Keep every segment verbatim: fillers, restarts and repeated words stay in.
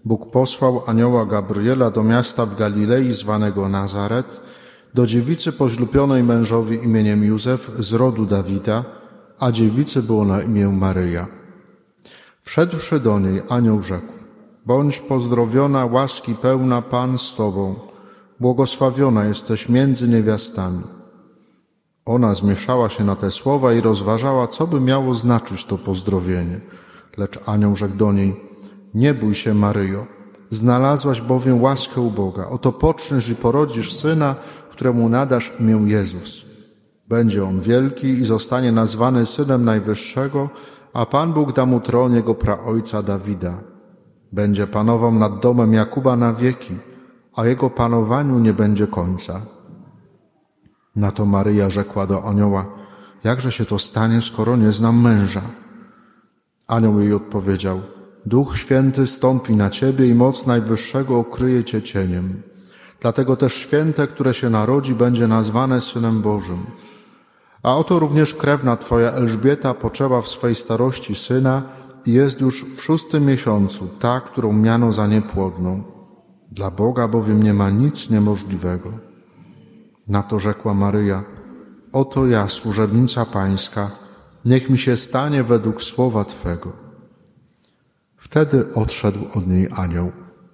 Bóg posłał anioła Gabriela do miasta w Galilei zwanego Nazaret, do dziewicy poślubionej mężowi imieniem Józef z rodu Dawida, a dziewicy było na imię Maryja. Wszedłszy do niej, anioł rzekł: bądź pozdrowiona, łaski pełna, Pan z tobą, błogosławiona jesteś między niewiastami. Ona zmieszała się na te słowa i rozważała, co by miało znaczyć to pozdrowienie. Lecz anioł rzekł do niej: nie bój się, Maryjo, znalazłaś bowiem łaskę u Boga. Oto poczniesz i porodzisz syna, któremu nadasz imię Jezus. Będzie on wielki i zostanie nazwany Synem Najwyższego, a Pan Bóg da mu tron jego praojca Dawida. Będzie panował nad domem Jakuba na wieki, a jego panowaniu nie będzie końca. Na to Maryja rzekła do anioła: jakże się to stanie, skoro nie znam męża? Anioł jej odpowiedział: Duch Święty stąpi na ciebie i moc Najwyższego okryje cię cieniem. Dlatego też święte, które się narodzi, będzie nazwane Synem Bożym. A oto również krewna twoja Elżbieta poczęła w swej starości syna i jest już w szóstym miesiącu, ta, którą miano za niepłodną. Dla Boga bowiem nie ma nic niemożliwego. Na to rzekła Maryja: oto ja, służebnica Pańska, niech mi się stanie według słowa Twego. Wtedy odszedł od niej anioł.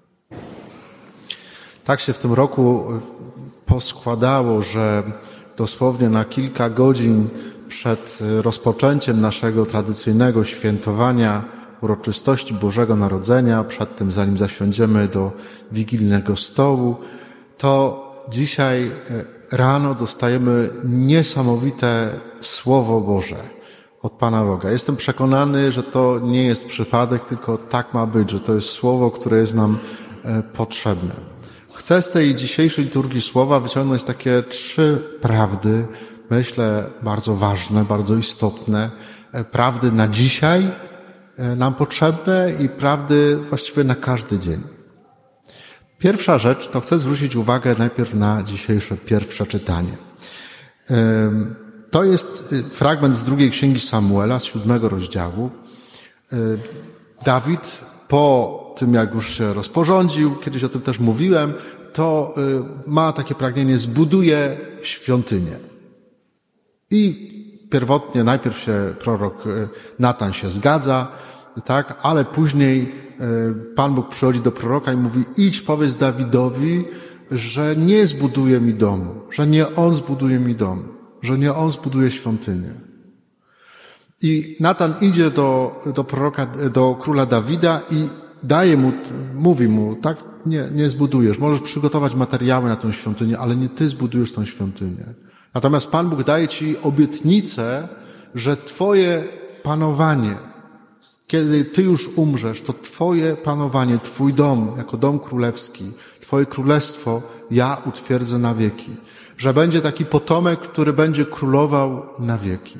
Tak się w tym roku poskładało, że dosłownie na kilka godzin przed rozpoczęciem naszego tradycyjnego świętowania uroczystości Bożego Narodzenia, przed tym zanim zasiądziemy do wigilijnego stołu, to dzisiaj rano dostajemy niesamowite Słowo Boże od Pana Boga. Jestem przekonany, że to nie jest przypadek, tylko tak ma być, że to jest Słowo, które jest nam potrzebne. Chcę z tej dzisiejszej liturgii Słowa wyciągnąć takie trzy prawdy, myślę, bardzo ważne, bardzo istotne. Prawdy na dzisiaj nam potrzebne i prawdy właściwie na każdy dzień. Pierwsza rzecz, to chcę zwrócić uwagę najpierw na dzisiejsze pierwsze czytanie. To jest fragment z drugiej księgi Samuela, z siódmego rozdziału. Dawid po tym, jak już się rozporządził, kiedyś o tym też mówiłem, to ma takie pragnienie: zbuduje świątynię. I pierwotnie, najpierw się prorok Natan się zgadza, tak, ale później Pan Bóg przychodzi do proroka i mówi: idź, powiedz Dawidowi, że nie zbuduje mi domu, że nie on zbuduje mi dom, że nie on zbuduje świątynię. I Natan idzie do, do proroka, do króla Dawida i daje mu, mówi mu: tak, nie, nie zbudujesz, możesz przygotować materiały na tę świątynię, ale nie ty zbudujesz tę świątynię. Natomiast Pan Bóg daje ci obietnicę, że twoje panowanie, kiedy ty już umrzesz, to twoje panowanie, twój dom jako dom królewski, twoje królestwo ja utwierdzę na wieki. Że będzie taki potomek, który będzie królował na wieki.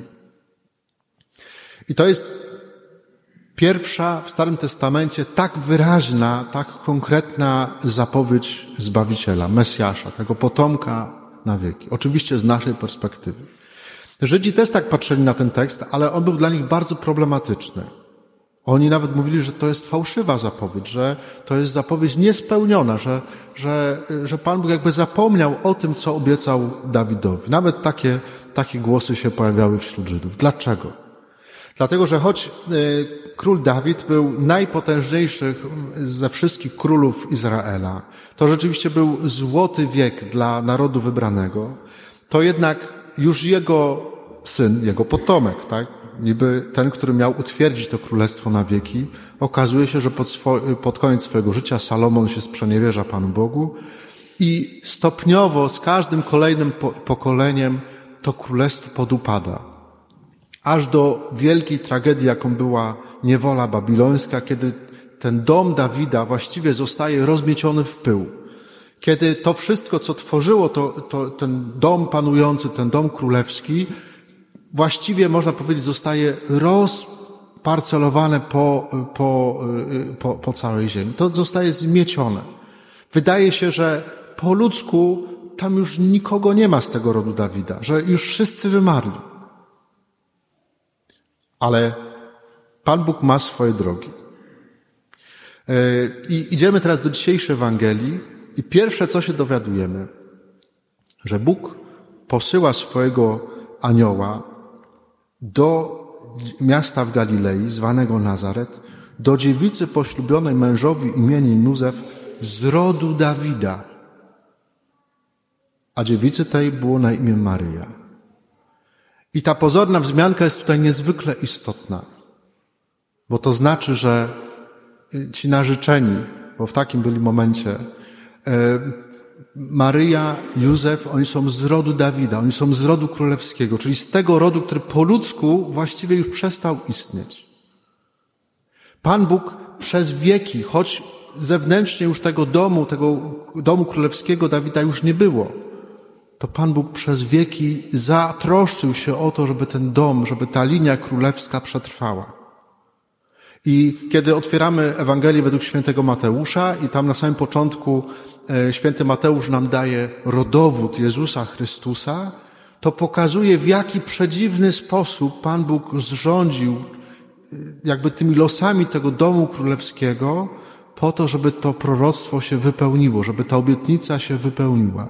I to jest pierwsza w Starym Testamencie tak wyraźna, tak konkretna zapowiedź Zbawiciela, Mesjasza, tego potomka na wieki. Oczywiście z naszej perspektywy. Żydzi też tak patrzyli na ten tekst, ale on był dla nich bardzo problematyczny. Oni nawet mówili, że to jest fałszywa zapowiedź, że to jest zapowiedź niespełniona, że, że, że Pan Bóg jakby zapomniał o tym, co obiecał Dawidowi. Nawet takie, takie głosy się pojawiały wśród Żydów. Dlaczego? Dlatego, że choć król Dawid był najpotężniejszy ze wszystkich królów Izraela, to rzeczywiście był złoty wiek dla narodu wybranego, to jednak już jego syn, jego potomek, tak, niby ten, który miał utwierdzić to królestwo na wieki, okazuje się, że pod, swo- pod koniec swojego życia Salomon się sprzeniewierza Panu Bogu i stopniowo z każdym kolejnym po- pokoleniem to królestwo podupada. Aż do wielkiej tragedii, jaką była niewola babilońska, kiedy ten dom Dawida właściwie zostaje rozmieciony w pył. Kiedy to wszystko, co tworzyło to, to, ten dom panujący, ten dom królewski, właściwie, można powiedzieć, zostaje rozparcelowane po, po, po, po całej ziemi. To zostaje zmiecione. Wydaje się, że po ludzku tam już nikogo nie ma z tego rodu Dawida, że już wszyscy wymarli. Ale Pan Bóg ma swoje drogi. I idziemy teraz do dzisiejszej Ewangelii i pierwsze, co się dowiadujemy, że Bóg posyła swojego anioła do miasta w Galilei, zwanego Nazaret, do dziewicy poślubionej mężowi imieniem Józef z rodu Dawida. A dziewicy tej było na imię Maryja. I ta pozorna wzmianka jest tutaj niezwykle istotna, bo to znaczy, że ci narzeczeni, bo w takim byli momencie, Maryja, Józef, oni są z rodu Dawida, oni są z rodu królewskiego, czyli z tego rodu, który po ludzku właściwie już przestał istnieć. Pan Bóg przez wieki, choć zewnętrznie już tego domu, tego domu królewskiego Dawida już nie było, to Pan Bóg przez wieki zatroszczył się o to, żeby ten dom, żeby ta linia królewska przetrwała. I kiedy otwieramy Ewangelię według świętego Mateusza i tam na samym początku święty Mateusz nam daje rodowód Jezusa Chrystusa, to pokazuje, w jaki przedziwny sposób Pan Bóg zrządził jakby tymi losami tego domu królewskiego po to, żeby to proroctwo się wypełniło, żeby ta obietnica się wypełniła.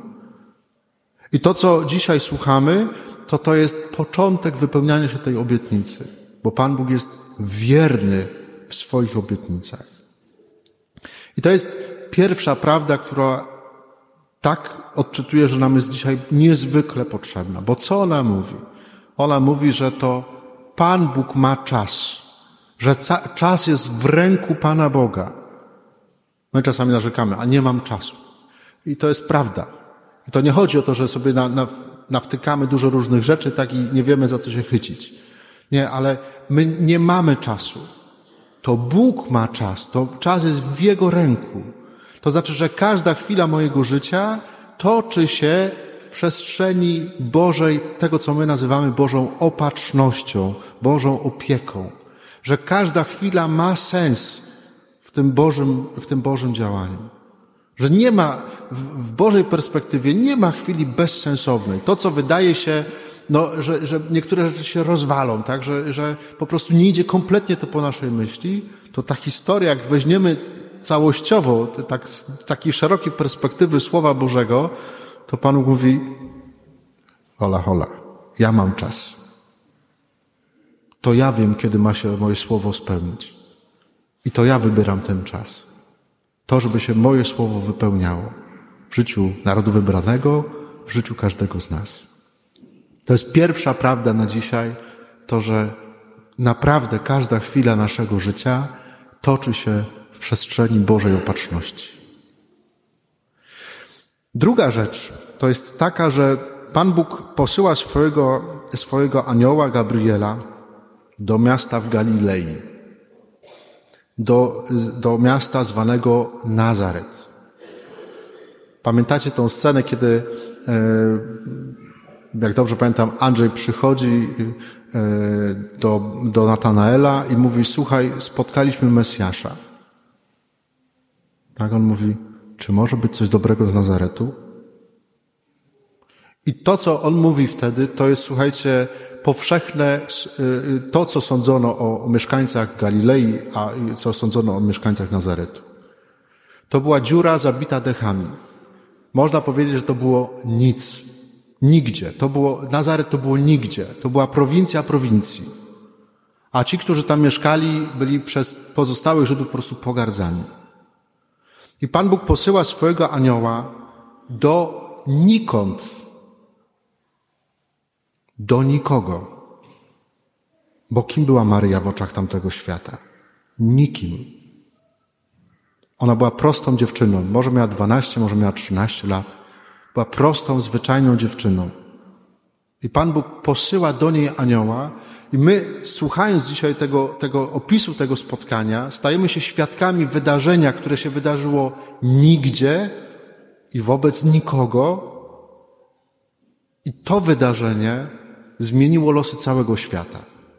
I to, co dzisiaj słuchamy, to to jest początek wypełniania się tej obietnicy, bo Pan Bóg jest wierny w swoich obietnicach. I to jest pierwsza prawda, która tak odczytuję, że nam jest dzisiaj niezwykle potrzebna. Bo co ona mówi? Ona mówi, że to Pan Bóg ma czas, że ca- czas jest w ręku Pana Boga. My czasami narzekamy, a nie mam czasu. I to jest prawda. I to nie chodzi o to, że sobie na, na, nawtykamy dużo różnych rzeczy, tak, i nie wiemy, za co się chycić. Nie, ale my nie mamy czasu. To Bóg ma czas, to czas jest w Jego ręku. To znaczy, że każda chwila mojego życia toczy się w przestrzeni Bożej, tego, co my nazywamy Bożą opatrznością, Bożą opieką. Że każda chwila ma sens w tym Bożym, w tym Bożym działaniu. Że nie ma, w Bożej perspektywie nie ma chwili bezsensownej. To, co wydaje się, no, że, że niektóre rzeczy się rozwalą, tak, że, że po prostu nie idzie kompletnie to po naszej myśli, to ta historia, jak weźmiemy całościowo, tak, z takiej szerokiej perspektywy Słowa Bożego, to Pan mówi, hola, hola, ja mam czas. To ja wiem, kiedy ma się moje Słowo spełnić. I to ja wybieram ten czas. To, żeby się moje Słowo wypełniało w życiu narodu wybranego, w życiu każdego z nas. To jest pierwsza prawda na dzisiaj, to, że naprawdę każda chwila naszego życia toczy się w przestrzeni Bożej opatrzności. Druga rzecz to jest taka, że Pan Bóg posyła swojego, swojego anioła Gabriela do miasta w Galilei, do, do miasta zwanego Nazaret. Pamiętacie tą scenę, kiedy, jak dobrze pamiętam, Andrzej przychodzi do, do Natanaela i mówi, słuchaj, spotkaliśmy Mesjasza. Tak, on mówi, czy może być coś dobrego z Nazaretu? I to, co on mówi wtedy, to jest, słuchajcie, powszechne, to, co sądzono o mieszkańcach Galilei, a co sądzono o mieszkańcach Nazaretu. To była dziura zabita dechami. Można powiedzieć, że to było nic. Nigdzie. To było, Nazaret to było nigdzie. To była prowincja prowincji. A ci, którzy tam mieszkali, byli przez pozostałych Żydów po prostu pogardzani. I Pan Bóg posyła swojego anioła do nikąd. Do nikogo. Bo kim była Maryja w oczach tamtego świata? Nikim. Ona była prostą dziewczyną. Może miała dwanaście, może miała trzynaście lat. Była prostą, zwyczajną dziewczyną. I Pan Bóg posyła do niej anioła i my, słuchając dzisiaj tego, tego opisu tego spotkania, stajemy się świadkami wydarzenia, które się wydarzyło nigdzie i wobec nikogo. I to wydarzenie zmieniło losy całego świata.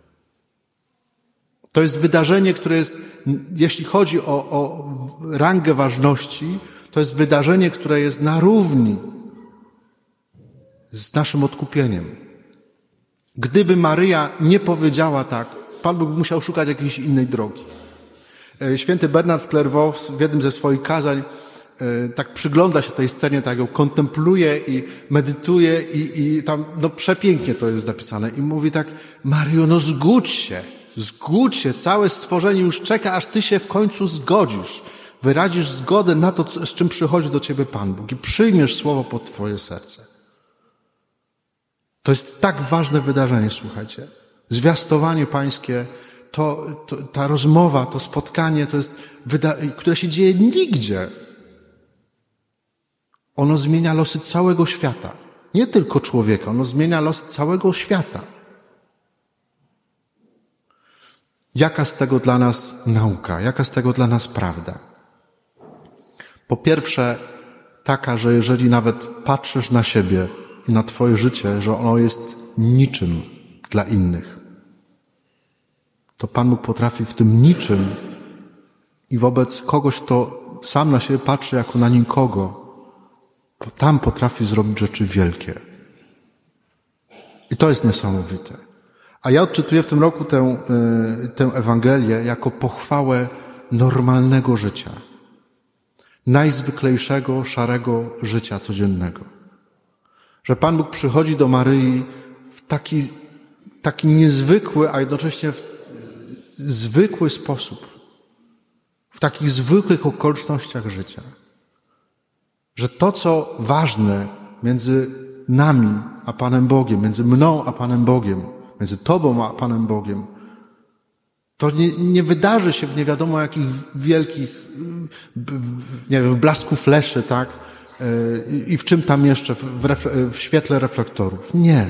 To jest wydarzenie, które jest, jeśli chodzi o, o rangę ważności, to jest wydarzenie, które jest na równi z naszym odkupieniem. Gdyby Maryja nie powiedziała tak, Pan Bóg musiał szukać jakiejś innej drogi. Święty Bernard z Clairvaux w jednym ze swoich kazań tak przygląda się tej scenie, tak ją kontempluje i medytuje i, i tam no przepięknie to jest napisane. I mówi tak: Mario, no zgódź się, zgódź się, całe stworzenie już czeka, aż ty się w końcu zgodzisz. Wyrazisz zgodę na to, z czym przychodzi do ciebie Pan Bóg i przyjmiesz słowo pod twoje serce. To jest tak ważne wydarzenie, słuchajcie. Zwiastowanie pańskie, to, to, ta rozmowa, to spotkanie, to jest, wyda- które się dzieje nigdzie. Ono zmienia losy całego świata. Nie tylko człowieka, ono zmienia los całego świata. Jaka z tego dla nas nauka? Jaka z tego dla nas prawda? Po pierwsze, taka, że jeżeli nawet patrzysz na siebie i na twoje życie, że ono jest niczym dla innych, to Pan Bóg potrafi w tym niczym i wobec kogoś, kto sam na siebie patrzy jako na nikogo, tam potrafi zrobić rzeczy wielkie. I to jest niesamowite. A ja odczytuję w tym roku tę, tę Ewangelię jako pochwałę normalnego życia. Najzwyklejszego, szarego życia codziennego. Że Pan Bóg przychodzi do Maryi w taki, taki niezwykły, a jednocześnie w zwykły sposób. W takich zwykłych okolicznościach życia. Że to, co ważne między nami a Panem Bogiem, między mną a Panem Bogiem, między Tobą a Panem Bogiem, to nie, nie wydarzy się w nie wiadomo jakich wielkich, nie wiem, w blasku fleszy, tak? I w czym tam jeszcze, w, refle- w świetle reflektorów. Nie.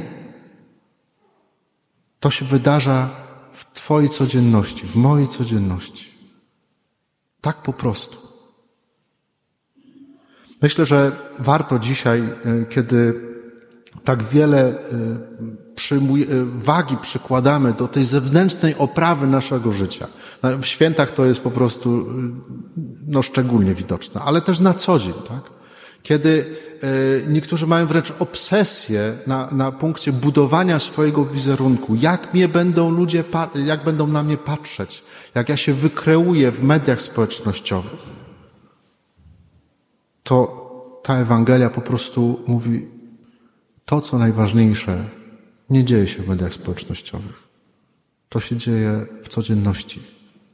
To się wydarza w Twojej codzienności, w mojej codzienności. Tak po prostu. Myślę, że warto dzisiaj, kiedy tak wiele przyjmuje, wagi przykładamy do tej zewnętrznej oprawy naszego życia. W świętach to jest po prostu no, szczególnie widoczne, ale też na co dzień, tak? Kiedy niektórzy mają wręcz obsesję na, na punkcie budowania swojego wizerunku, jak mnie będą ludzie, jak będą na mnie patrzeć, jak ja się wykreuję w mediach społecznościowych, to ta Ewangelia po prostu mówi, to co najważniejsze nie dzieje się w mediach społecznościowych. To się dzieje w codzienności.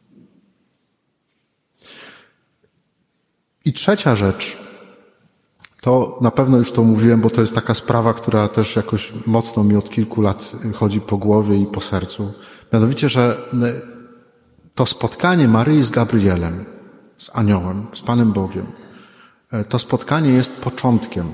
I trzecia rzecz, to na pewno już to mówiłem, bo to jest taka sprawa, która też jakoś mocno mi od kilku lat chodzi po głowie i po sercu. Mianowicie, że to spotkanie Maryi z Gabrielem, z aniołem, z Panem Bogiem, to spotkanie jest początkiem.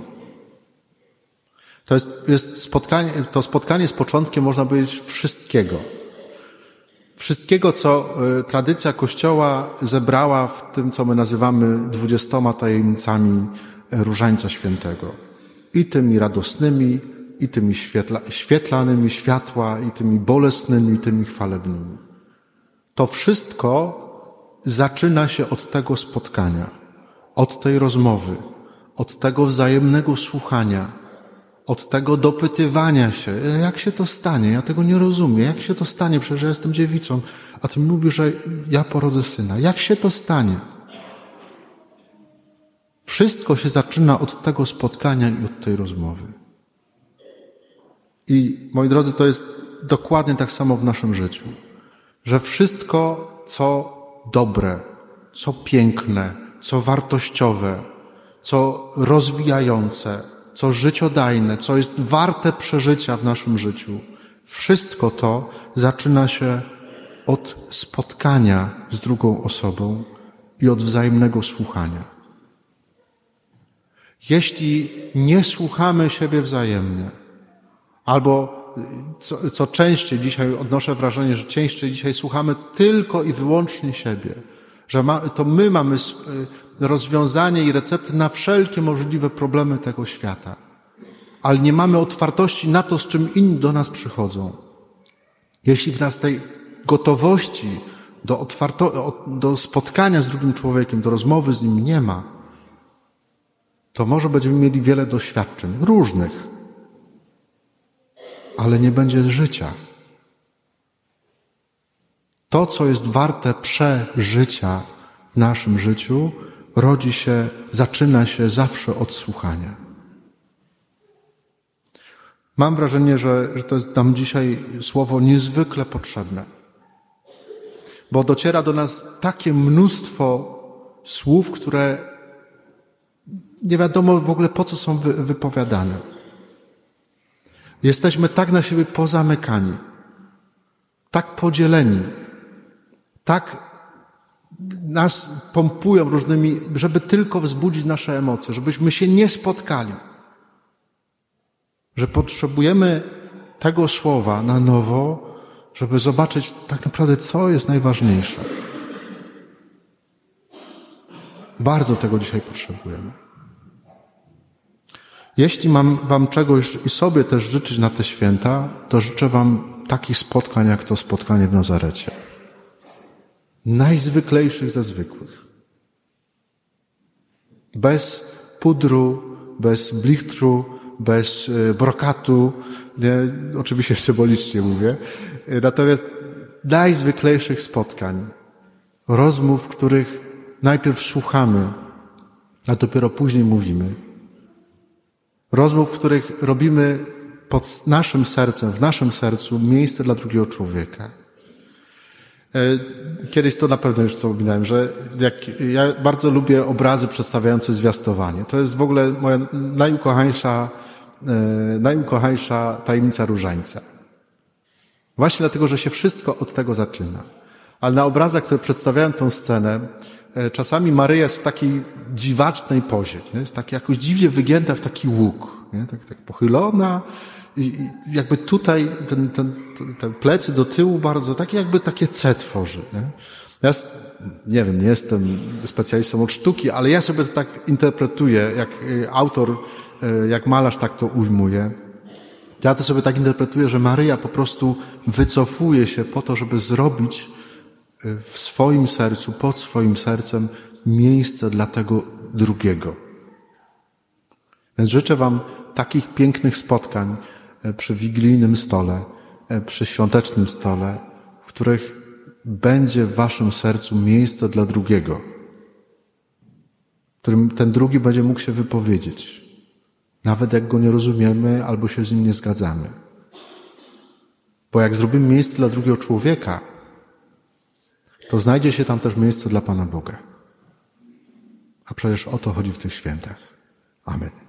To jest, jest spotkanie, to spotkanie z początkiem, można powiedzieć, wszystkiego. Wszystkiego, co tradycja Kościoła zebrała w tym, co my nazywamy dwudziestoma tajemnicami Różańca Świętego. I tymi radosnymi, i tymi świetla, świetlanymi światła, i tymi bolesnymi, i tymi chwalebnymi. To wszystko zaczyna się od tego spotkania, od tej rozmowy, od tego wzajemnego słuchania, od tego dopytywania się, jak się to stanie, ja tego nie rozumiem, jak się to stanie, przecież ja jestem dziewicą, a ty mówisz, że ja porodzę syna, jak się to stanie? Wszystko się zaczyna od tego spotkania i od tej rozmowy. I moi drodzy, to jest dokładnie tak samo w naszym życiu, że wszystko, co dobre, co piękne, co wartościowe, co rozwijające, co życiodajne, co jest warte przeżycia w naszym życiu, wszystko to zaczyna się od spotkania z drugą osobą i od wzajemnego słuchania. Jeśli nie słuchamy siebie wzajemnie, albo co, co częściej dzisiaj odnoszę wrażenie, że częściej dzisiaj słuchamy tylko i wyłącznie siebie, że ma, to my mamy rozwiązanie i recepty na wszelkie możliwe problemy tego świata, ale nie mamy otwartości na to, z czym inni do nas przychodzą. Jeśli w nas tej gotowości do, otwarto, do spotkania z drugim człowiekiem, do rozmowy z nim nie ma, to może będziemy mieli wiele doświadczeń, różnych, ale nie będzie życia. To, co jest warte przeżycia w naszym życiu, rodzi się, zaczyna się zawsze od słuchania. Mam wrażenie, że, że to jest nam dzisiaj słowo niezwykle potrzebne, bo dociera do nas takie mnóstwo słów, które nie wiadomo w ogóle po co są wy, wypowiadane. Jesteśmy tak na siebie pozamykani, tak podzieleni, tak nas pompują różnymi, żeby tylko wzbudzić nasze emocje, żebyśmy się nie spotkali. Że potrzebujemy tego słowa na nowo, żeby zobaczyć tak naprawdę, co jest najważniejsze. Bardzo tego dzisiaj potrzebujemy. Jeśli mam wam czegoś i sobie też życzyć na te święta, to życzę wam takich spotkań, jak to spotkanie w Nazarecie. Najzwyklejszych ze zwykłych. Bez pudru, bez blichtru, bez brokatu, nie, oczywiście symbolicznie mówię, natomiast najzwyklejszych spotkań, rozmów, w których najpierw słuchamy, a dopiero później mówimy. Rozmów, w których robimy pod naszym sercem, w naszym sercu miejsce dla drugiego człowieka. Kiedyś to na pewno już wspominałem, że jak, ja bardzo lubię obrazy przedstawiające zwiastowanie. To jest w ogóle moja najukochańsza, najukochańsza tajemnica różańca. Właśnie dlatego, że się wszystko od tego zaczyna. Ale na obrazach, które przedstawiają tę scenę, czasami Maryja jest w takiej dziwacznej pozie. Nie? Jest tak jakoś dziwnie wygięta w taki łuk. Nie? Tak, tak pochylona. I, i jakby tutaj ten, ten, ten plecy do tyłu bardzo, takie jakby takie C tworzy. Nie? Ja nie wiem, nie jestem specjalistą od sztuki, ale ja sobie to tak interpretuję, jak autor, jak malarz tak to ujmuje. Ja to sobie tak interpretuję, że Maryja po prostu wycofuje się po to, żeby zrobić w swoim sercu, pod swoim sercem miejsce dla tego drugiego. Więc życzę wam takich pięknych spotkań przy wigilijnym stole, przy świątecznym stole, w których będzie w waszym sercu miejsce dla drugiego, w którym ten drugi będzie mógł się wypowiedzieć, nawet jak go nie rozumiemy albo się z nim nie zgadzamy. Bo jak zrobimy miejsce dla drugiego człowieka, to znajdzie się tam też miejsce dla Pana Boga. A przecież o to chodzi w tych świętach. Amen.